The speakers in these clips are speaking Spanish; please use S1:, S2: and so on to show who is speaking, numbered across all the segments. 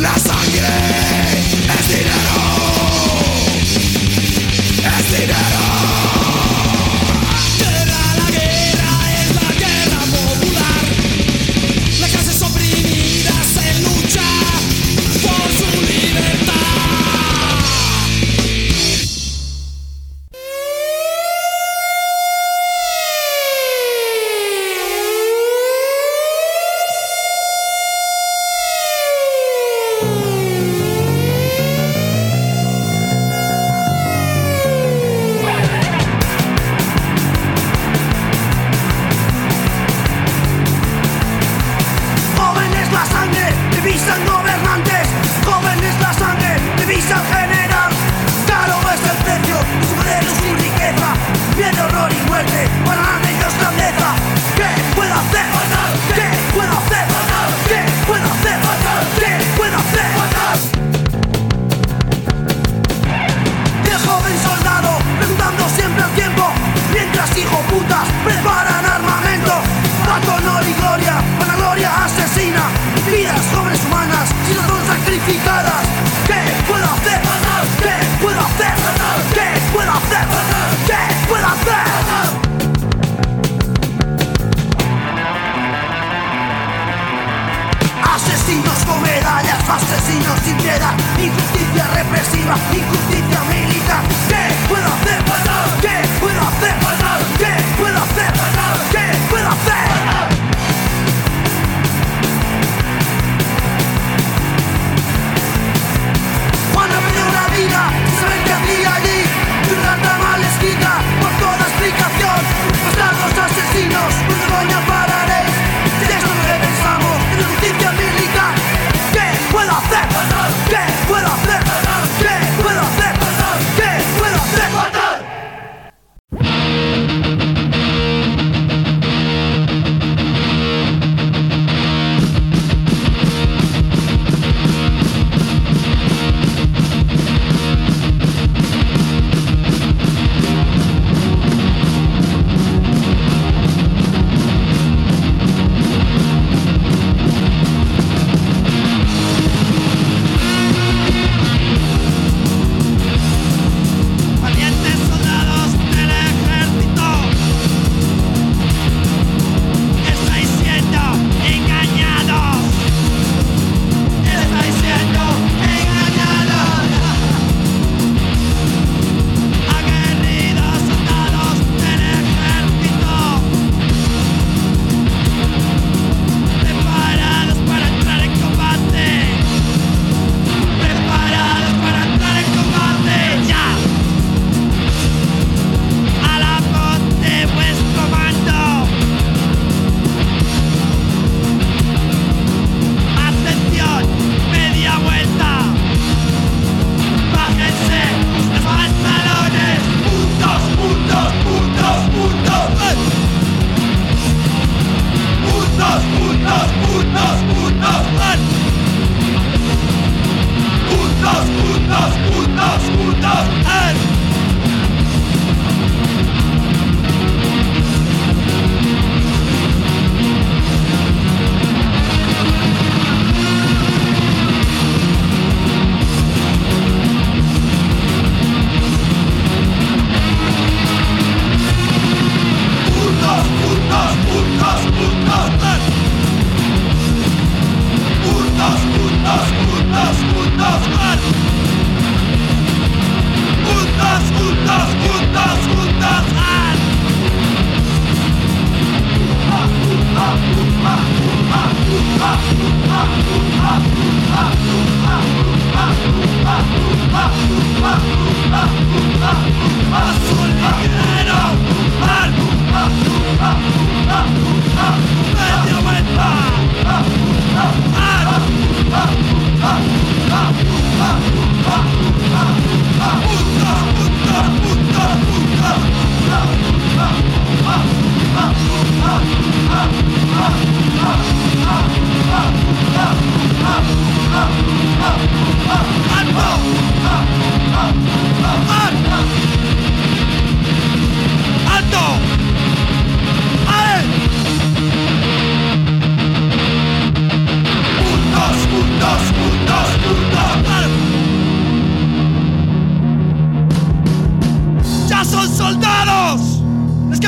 S1: La sangre es dinero, es dinero. La guerra es la guerra popular. Las clases oprimidas en lucha por su libertad.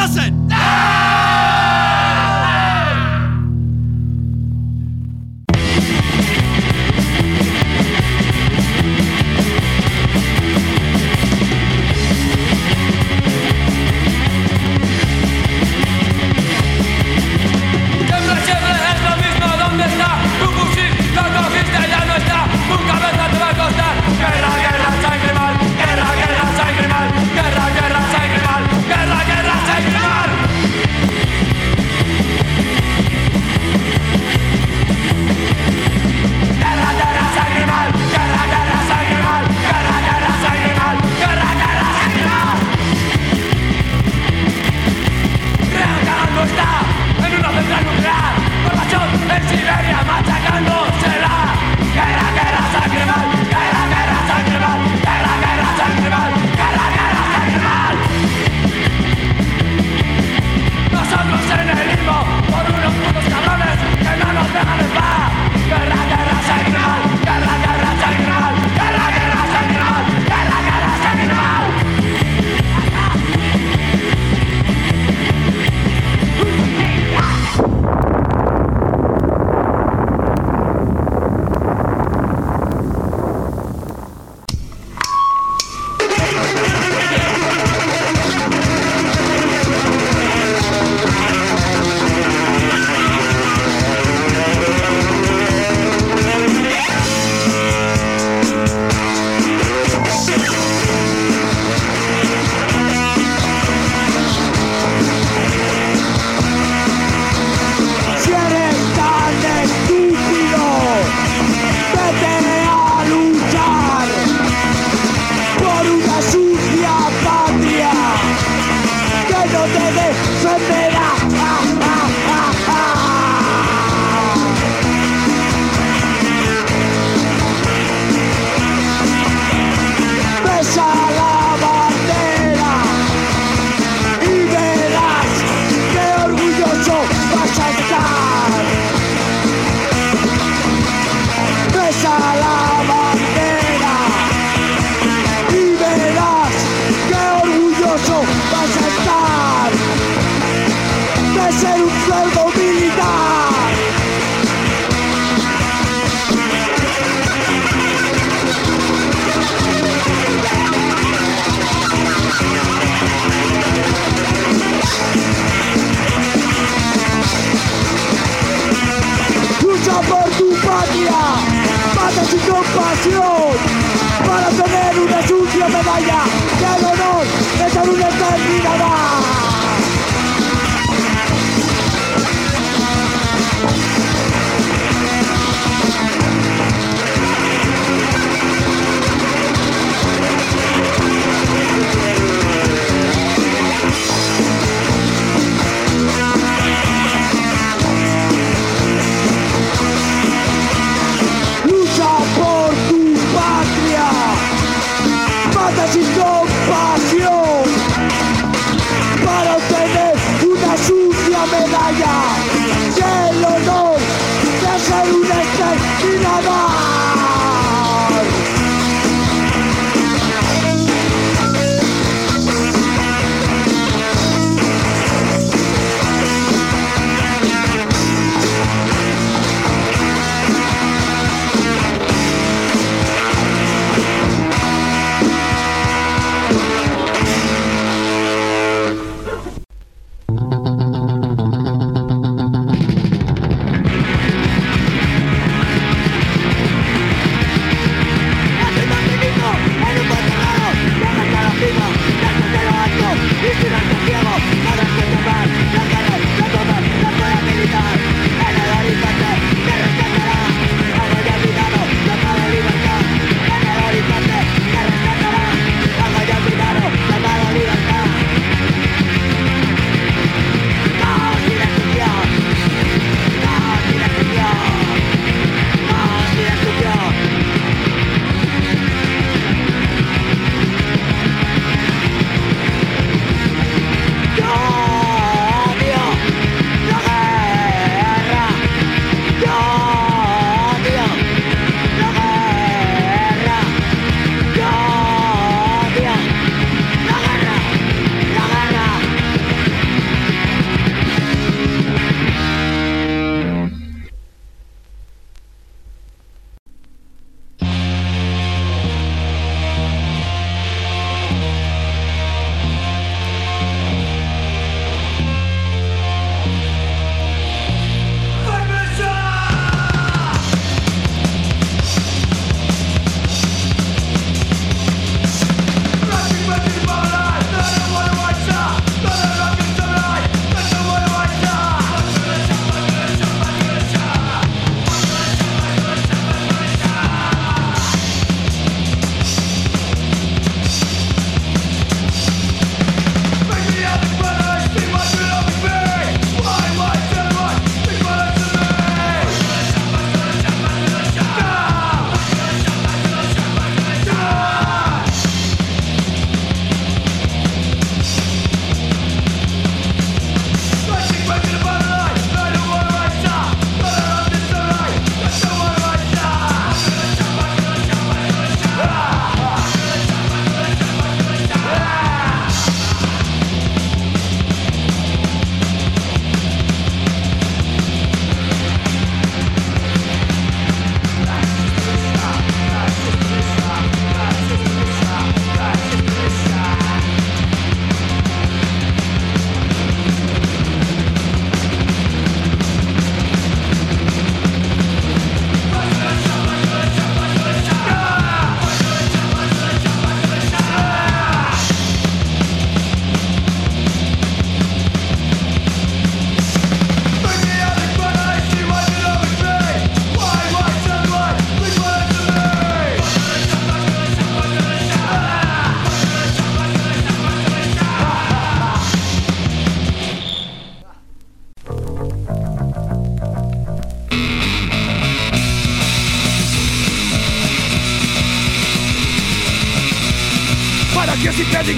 S1: pasen.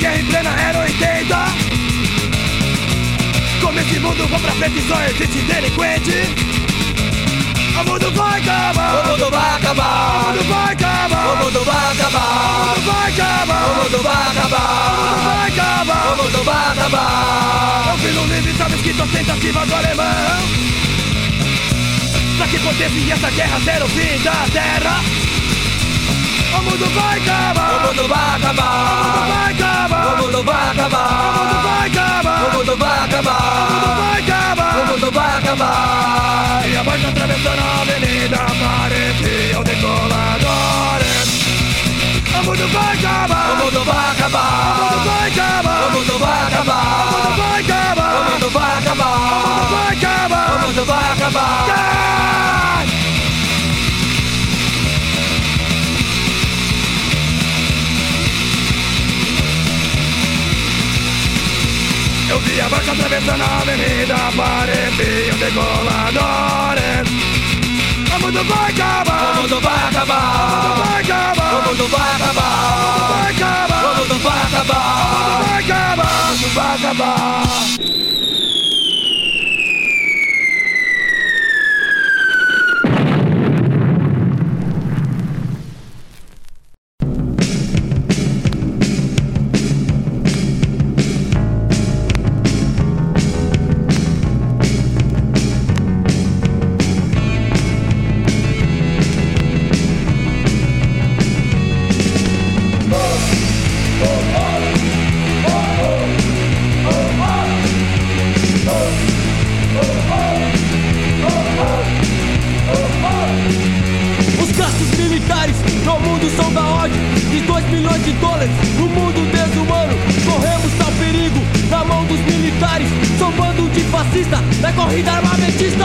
S2: guerra em plena era 80. Como esse mundo vai pra frente só existe delinquente. O mundo vai acabar,
S1: O mundo vai acabar,
S2: o mundo vai acabar,
S1: o mundo vai acabar,
S2: o mundo vai acabar,
S1: o mundo vai acabar,
S2: o mundo vai acabar,
S1: o mundo vai acabar.
S2: Eu vi no livro, sabe escrito as tentativas do alemão pra que pudesse essa guerra ser o fim da terra. O mundo vai acabar,
S1: O mundo vai acabar,
S2: o mundo vai acabar,
S1: o mundo vai acabar,
S2: o mundo vai acabar,
S1: o mundo vai acabar,
S2: o mundo vai acabar,
S1: o mundo vai acabar.
S2: E a barca atravessando a avenida parecia um decolador. O mundo vai acabar,
S1: O mundo vai
S2: o
S1: acabar,
S2: mundo vai acabar,
S1: o mundo vai acabar,
S2: o mundo vai acabar,
S1: o mundo vai acabar,
S2: o mundo vai acabar,
S1: o mundo vai acabar.
S2: Eu vi a barca atravessando a avenida, parecia um decolador. O mundo vai acabar,
S1: O mundo vai
S2: o mundo
S1: acabar,
S2: vai acabar,
S1: o mundo vai acabar,
S2: vai acabar,
S1: o mundo vai acabar,
S2: vai acabar,
S1: o mundo vai acabar.
S3: Os gastos militares no mundo são da ordem de 2 milhões de dólares. No mundo desumano, corremos ao perigo na mão dos militares. São bando de fascista na corrida armamentista.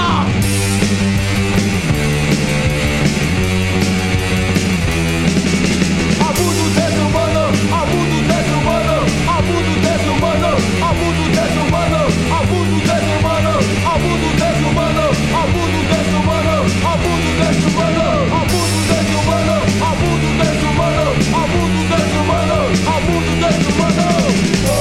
S3: Ao mundo desumano, ao mundo desumano, ao mundo desumano, ao mundo desumano, ao mundo desumano, ao mundo desumano, ao mundo desumano, ao mundo desumano, ao mundo desumano, ao mundo desumano, ao mundo desumano, ao mundo desumano.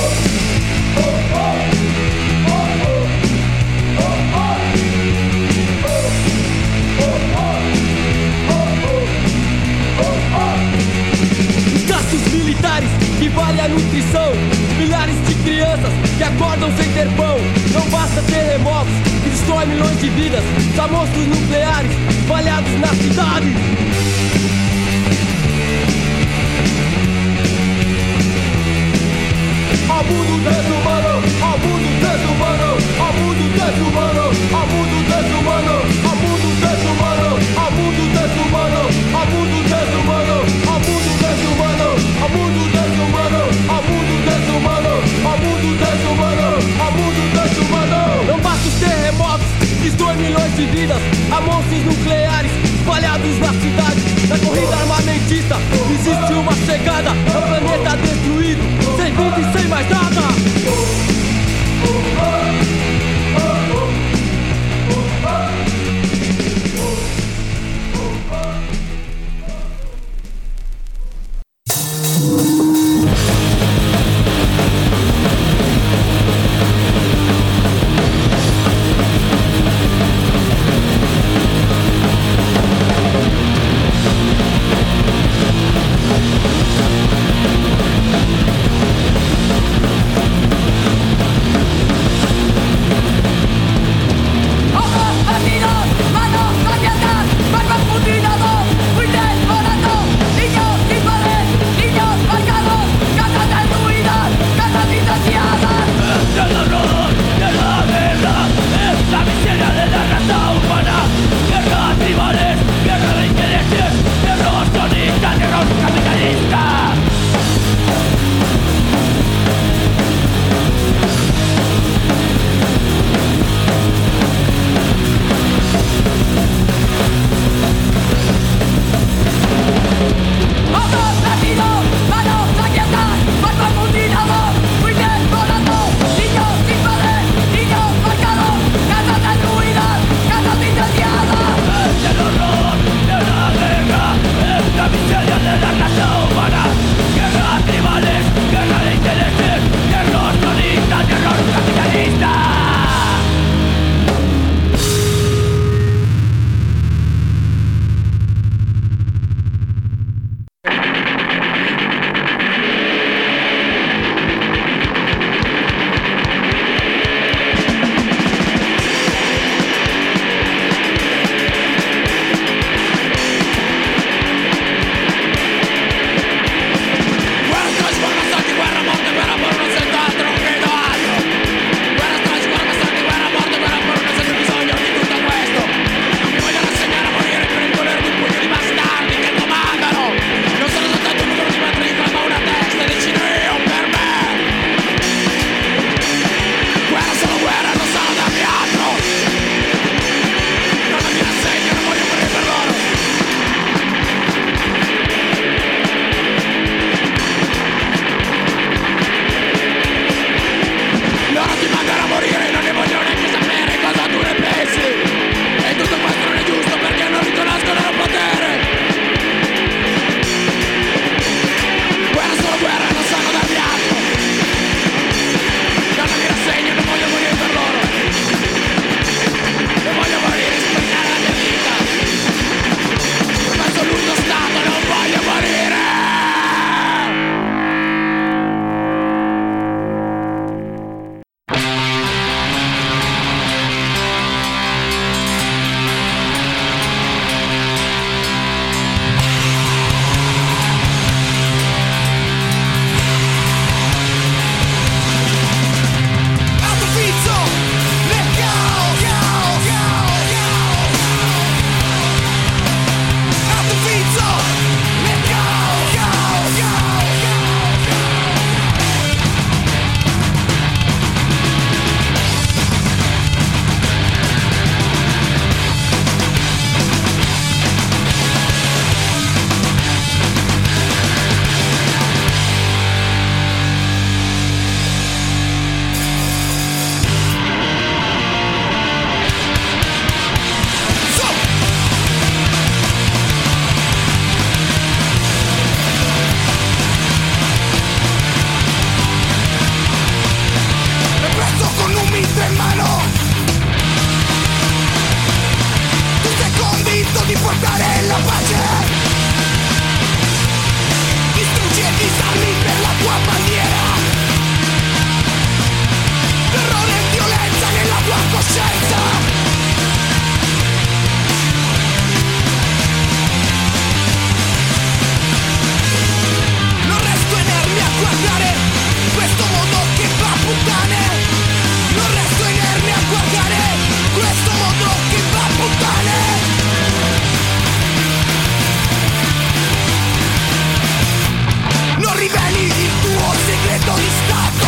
S3: Os gastos militares que vale a nutrição, milhares de crianças que acordam sem ter pão. Não basta terremotos que destroem milhões de vidas, só monstros nucleares espalhados na cidade. Ao mundo desumano, ao mundo desumano, ao mundo desumano, ao mundo desumano, ao mundo desumano, ao mundo desumano, ao mundo desumano, ao mundo desumano, ao mundo desumano, ao mundo desumano, ao mundo desumano, ao mundo desumano. Não basta os terremotos, destroem milhões de vidas, há monstros nucleares espalhados na cidade. Na corrida armamentista existe uma chegada, é um planeta destruído, sem vida e sem mais nada.
S1: coscienza. Non resto inerme a guardare questo mondo che va a puttane. Non resto inerme a guardare questo mondo che va a puttane. Non riveli il tuo segreto di Stato,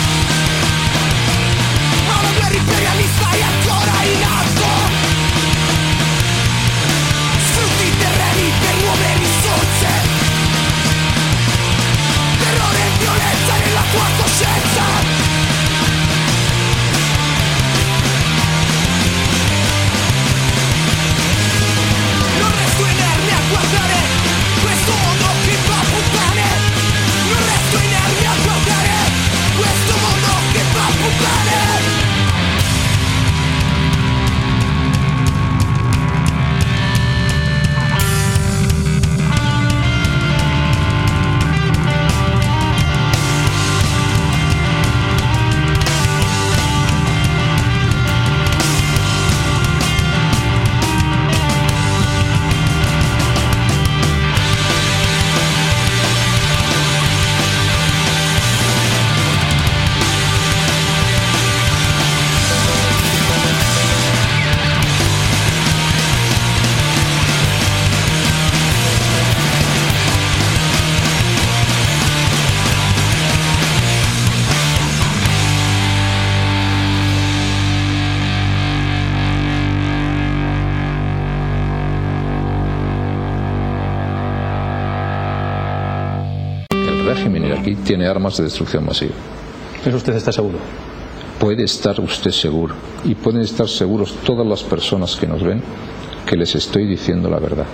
S1: ma una guerra imperialista è ancora in atto. Sfrutti i terreni per nuove risorse, terrore e violenza nella tua coscienza. Non resto inerme a guardare questo mondo che va a puttane. Non resto inerme a guardare questo mondo che va a puttane.
S4: El régimen iraquí tiene armas de destrucción masiva.
S5: ¿Eso usted está seguro?
S4: Puede estar usted seguro, y pueden estar seguros todas las personas que nos ven, que les estoy diciendo la verdad.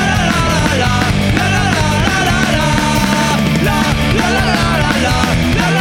S1: La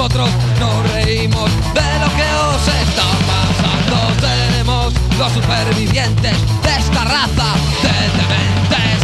S1: nosotros nos reímos de lo que os está pasando. Seremos los supervivientes de esta raza de dementes.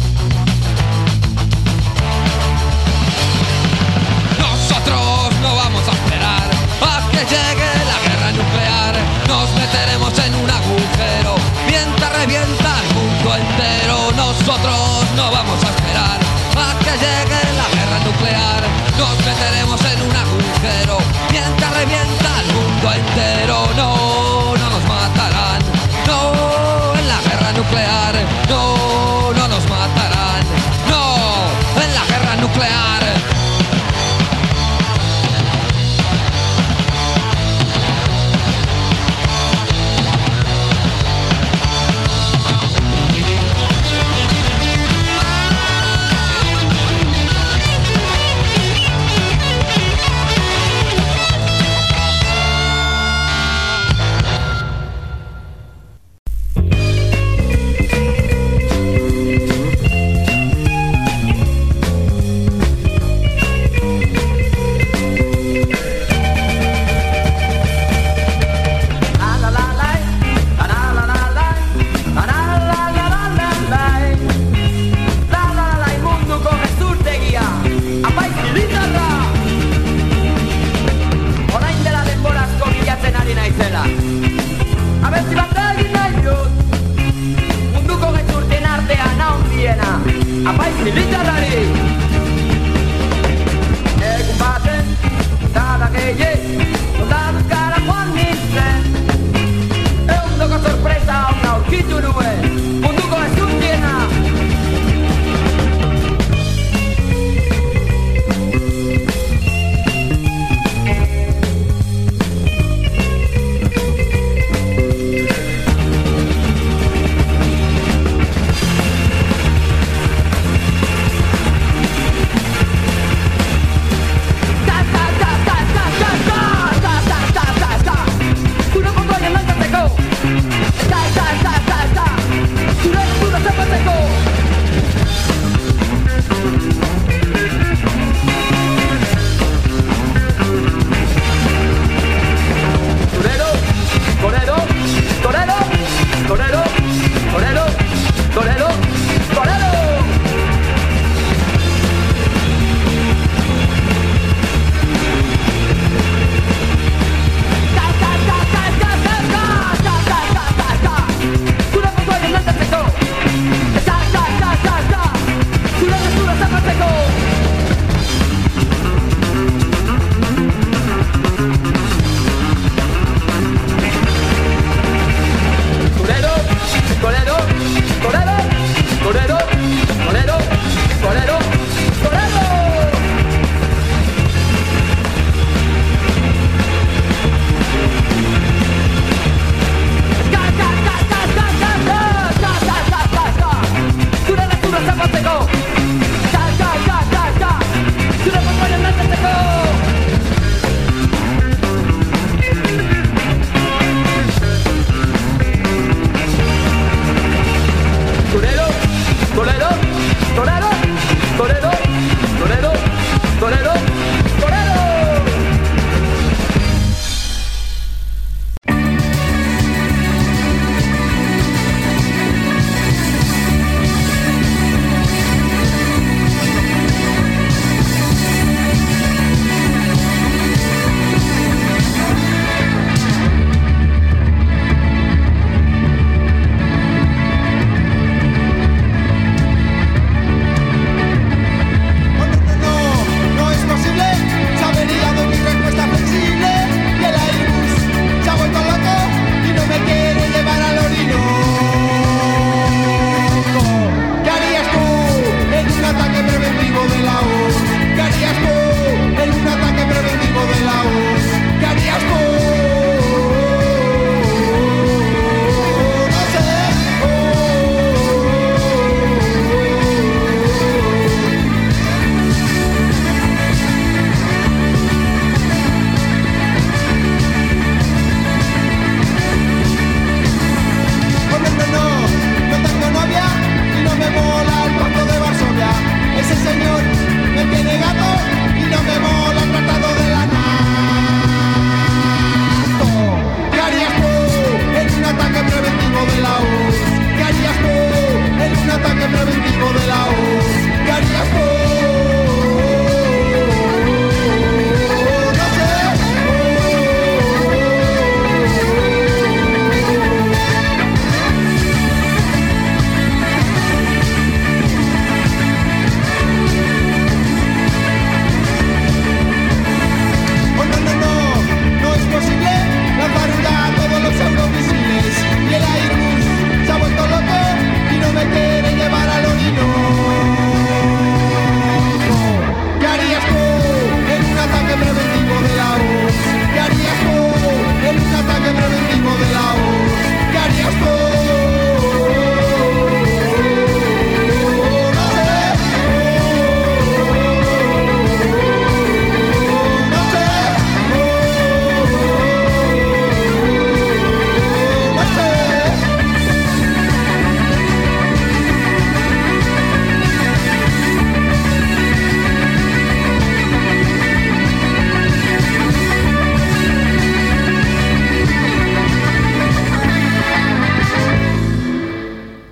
S1: Nosotros no vamos a esperar a que llegue la guerra nuclear. Nos meteremos en un agujero mientras revienta el mundo entero. Nosotros no vamos a esperar a que llegue la guerra nuclear. Nos meteremos en un agujero mientras revienta el mundo entero. No, no nos matarán, no, en la guerra nuclear.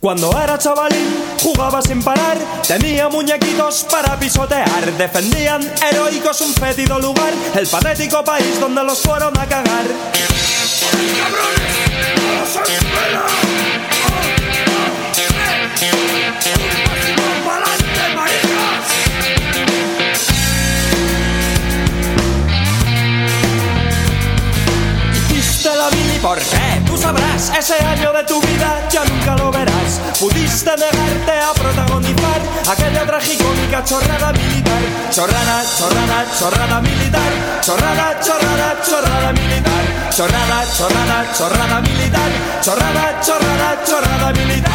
S6: Cuando era chavalín, jugaba sin parar, tenía muñequitos para pisotear, defendían heroicos un fétido lugar, el patético país donde los fueron a cagar.
S2: ¡Cabrones! ¡A los espera! ¡Un pasito pa'lante, maricas!
S6: Hiciste la mili, ¿por qué? Tú sabrás, ese año de tu vida ya nunca lo verás. Pudiste negarte a protagonizar aquella tragicómica chorrada militar. Chorrada, chorrada, chorrada militar. Chorrada, chorrada, chorrada militar. Chorrada, chorrada, chorrada militar. Chorrada, chorrada, chorrada militar.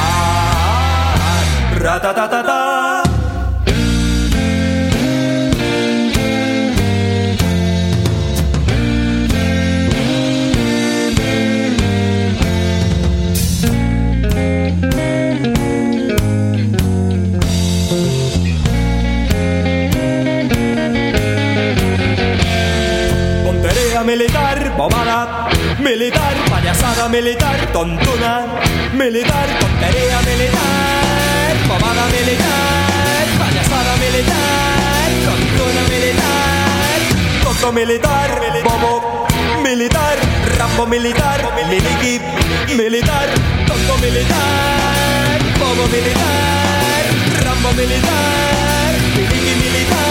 S6: Ratatatata. Militar, bobada, militar, payasada militar, tontuna, militar, tontería militar, bobada militar, payasada militar, tontuna militar, tonto militar, bobo militar, rambo militar, miliki militar, tonto militar, bobo militar, rambo militar, miliki militar.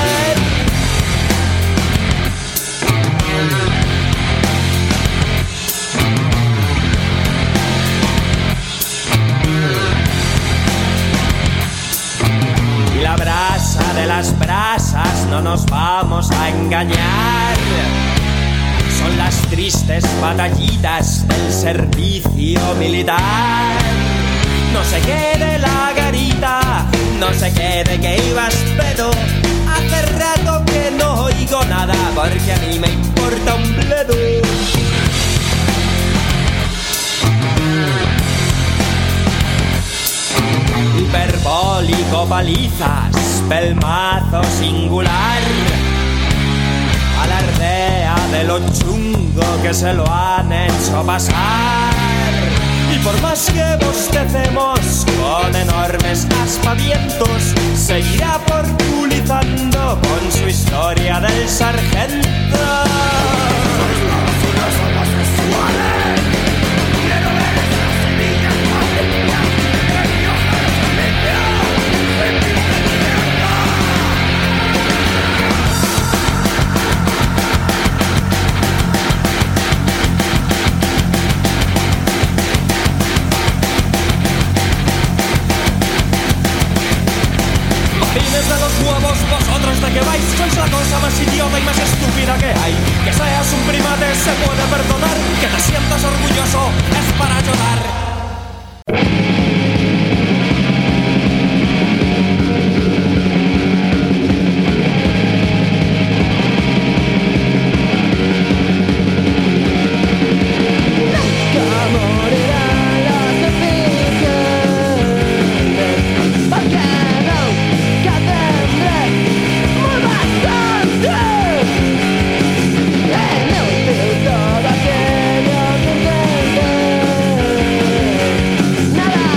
S6: La brasa de las brasas, no nos vamos a engañar. Son las tristes batallitas del servicio militar. No sé qué de la garita, no sé qué de que ibas pedo. Hace rato que no oigo nada, porque a mí me importa un bledo. Hiperbólico palizas, pelmazo singular. Alardea de lo chungo que se lo han hecho pasar. Y por más que bostecemos con enormes aspavientos, seguirá porculizando con su historia del sargento. De los huevos, vosotros de que vais, sois la cosa más idiota y más estúpida que hay. Que seas un primate se puede perdonar, que te sientas orgulloso es para llorar.
S1: Nada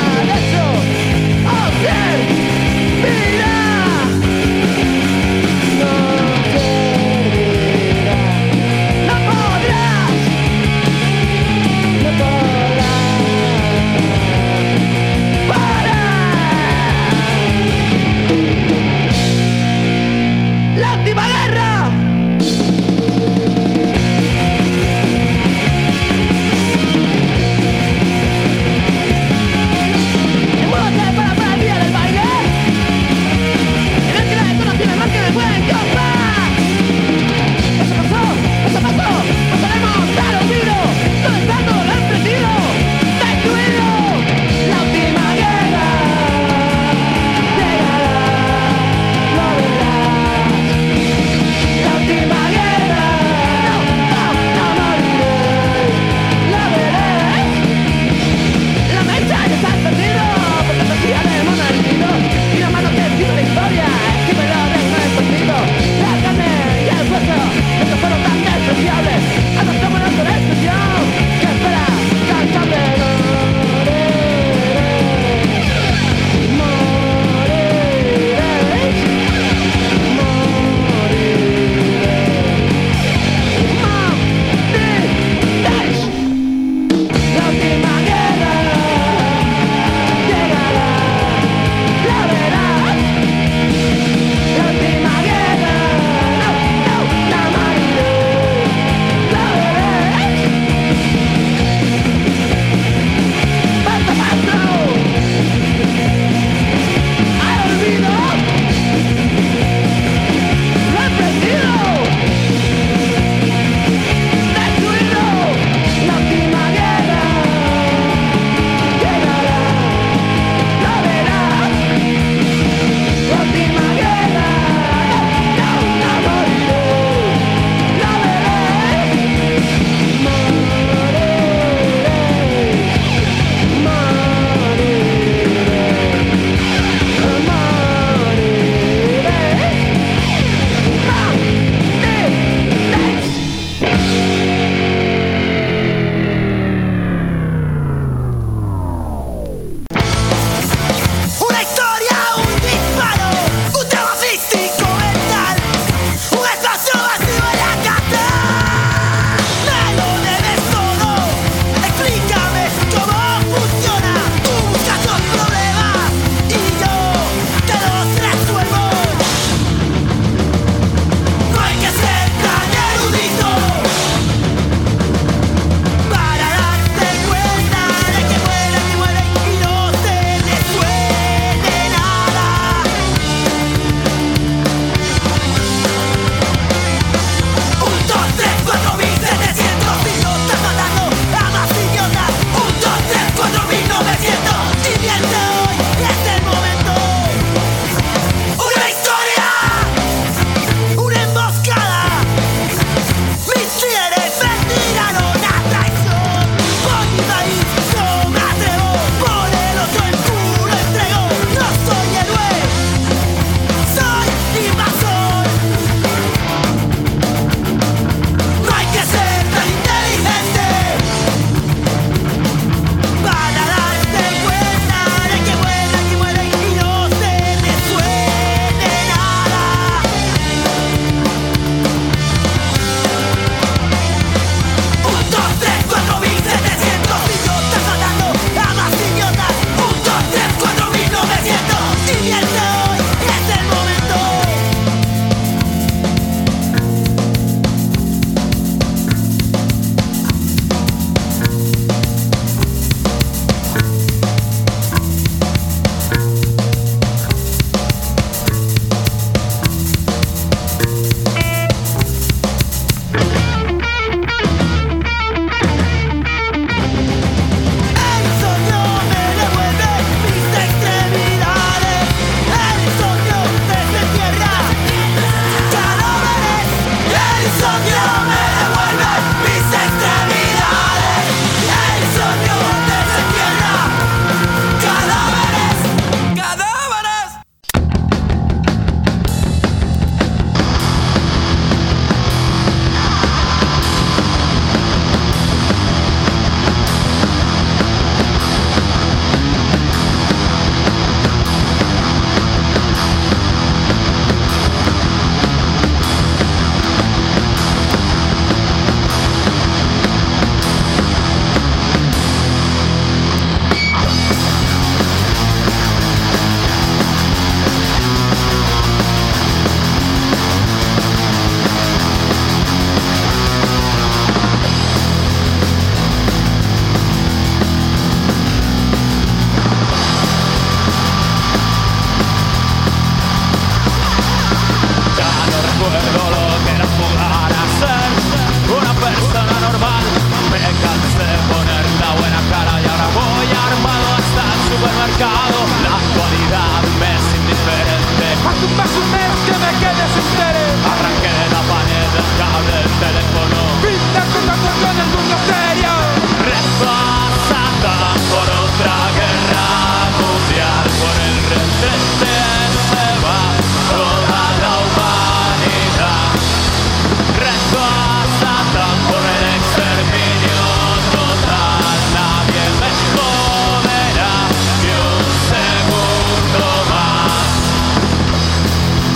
S7: pasado, la actualidad me es indiferente.
S2: Haz un paso menos que me quede sin seres.
S7: Arranqué la pared del cable del teléfono.
S2: Pinta contacto con el mundo serio.
S7: Rezo a Satán por otra guerra mundial, por el retrete se va toda la humanidad. Rezo a Satán por el exterminio total. Nadie me joderá ni un segundo más.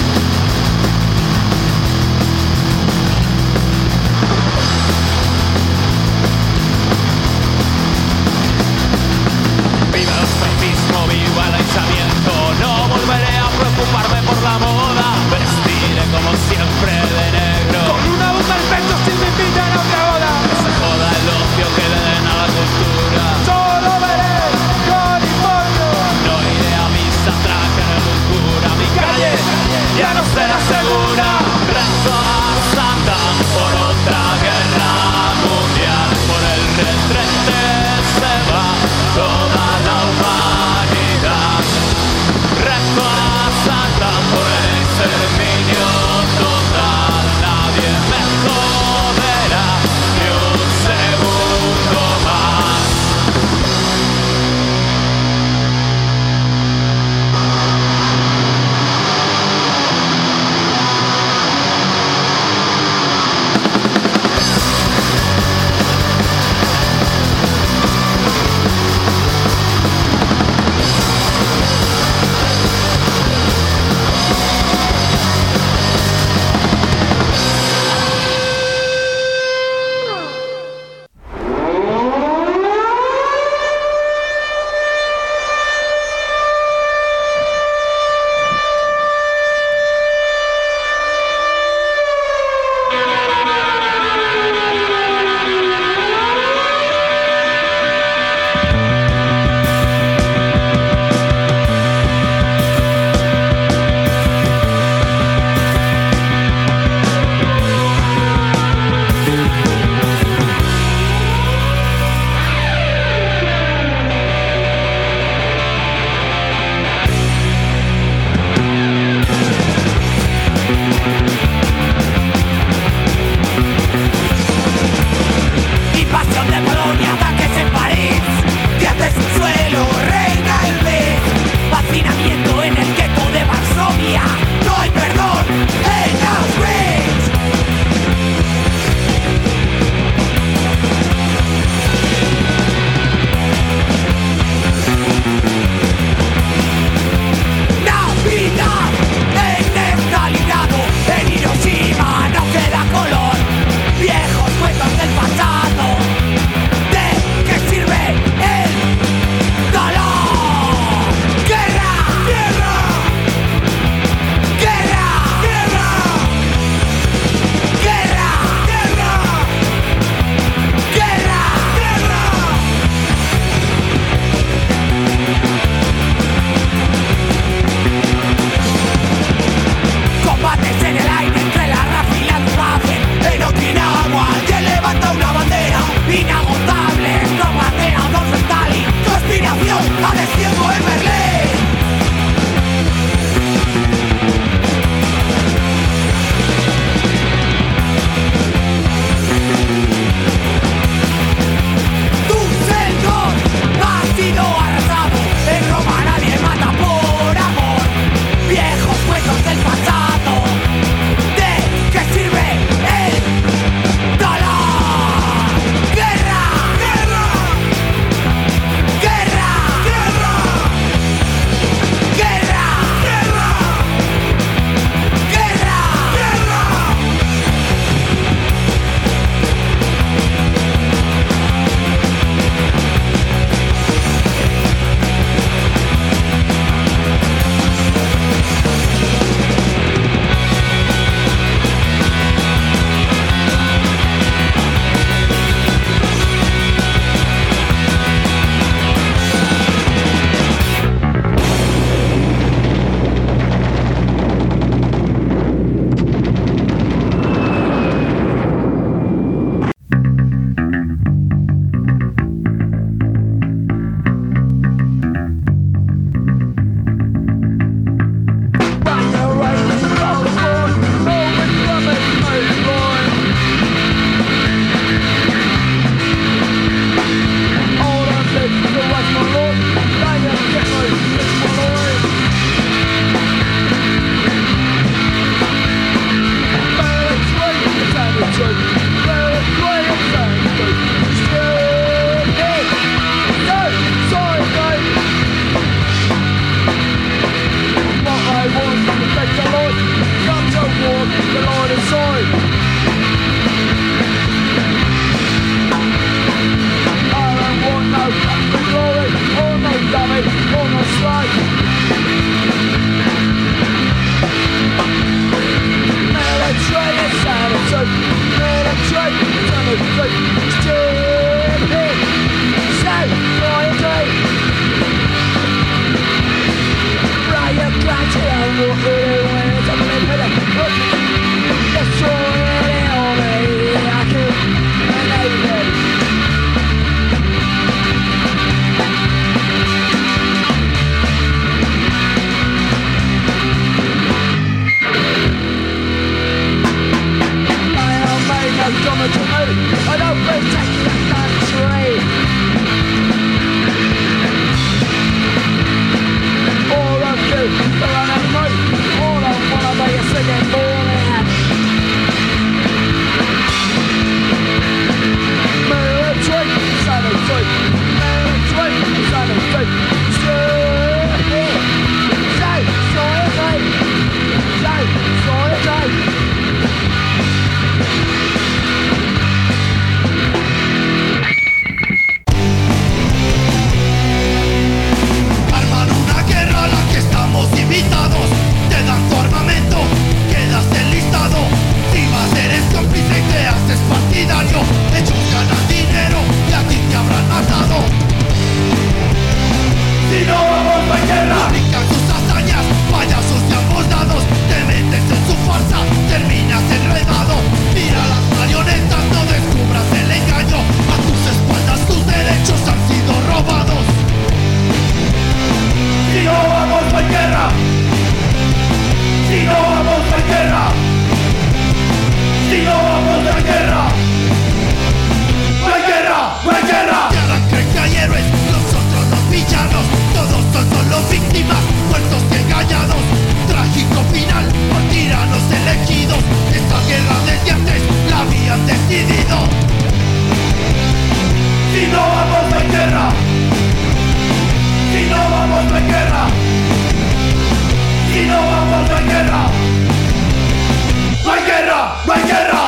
S2: no vamos no hay guerra. No hay guerra, no hay guerra.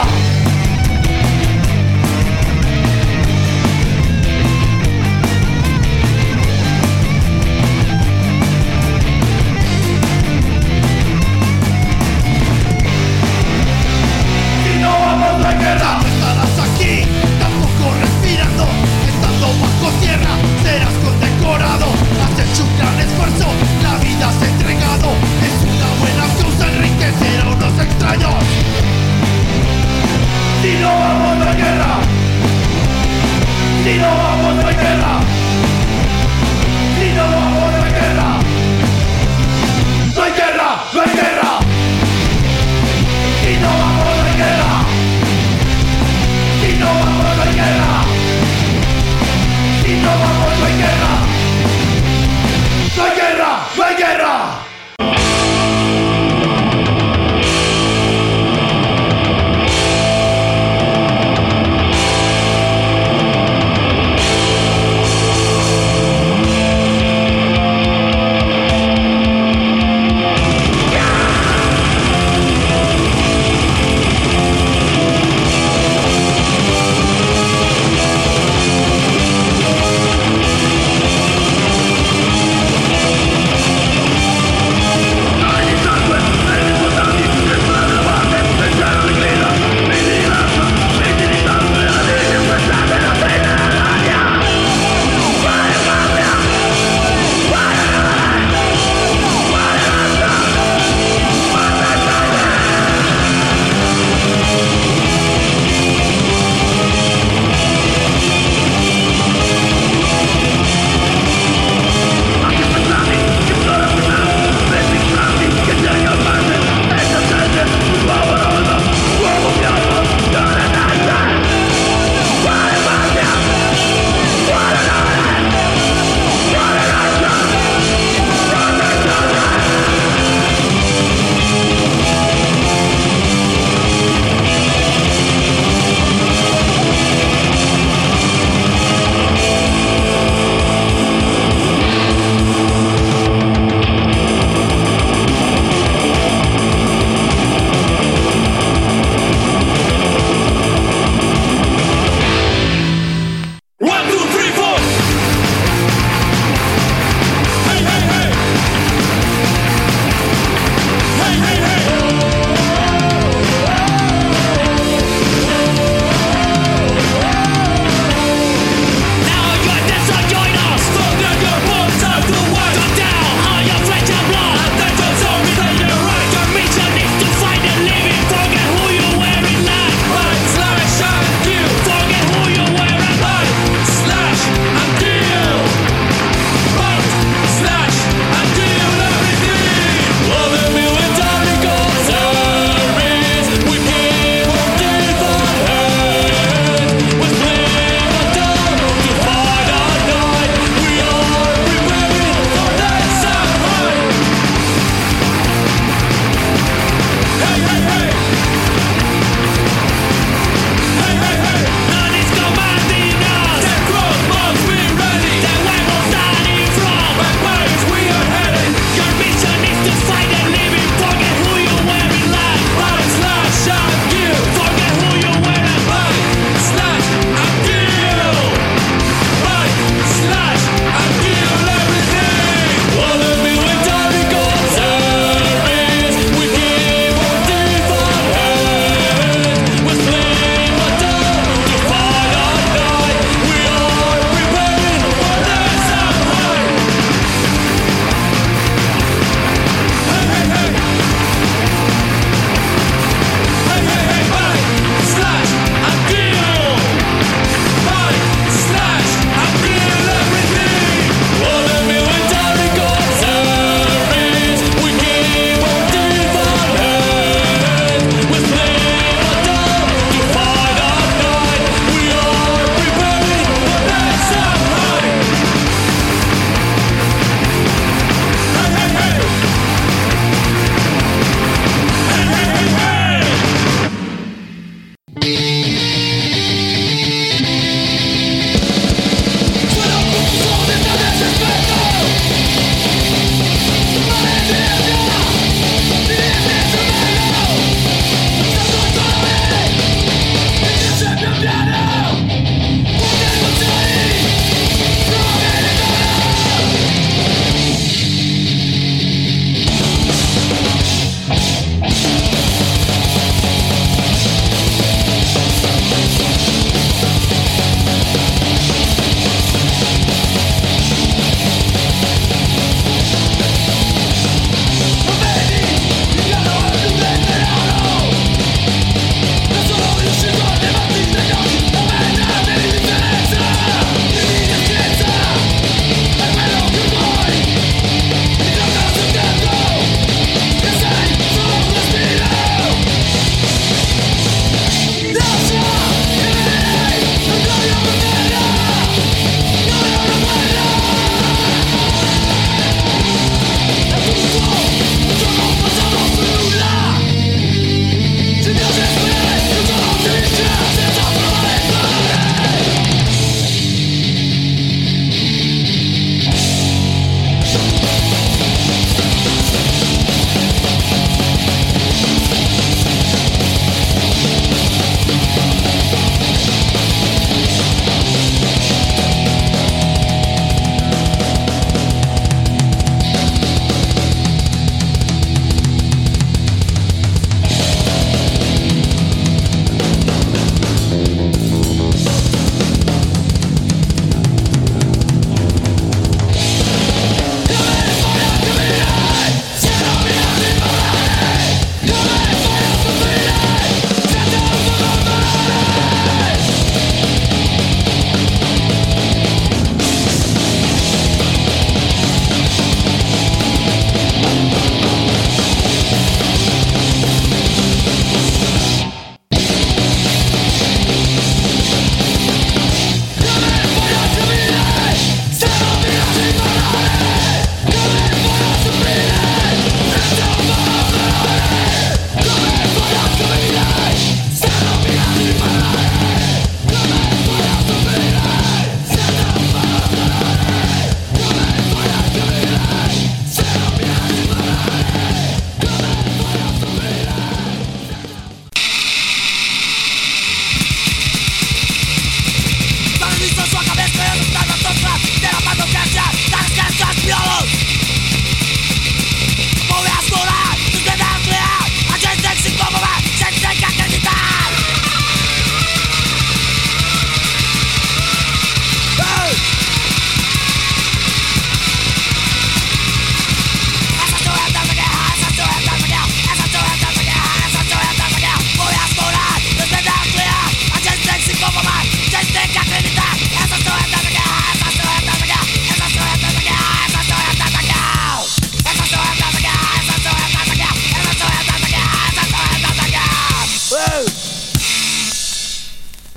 S1: No estarás aquí, tampoco respirando. Estando bajo tierra, serás condecorado. Has hecho un gran esfuerzo, la vida has entregado. Es una buena causa enriquecer a unos extraños.
S2: Si no vamos no hay guerra. Si no vamos no hay guerra. Si no vamos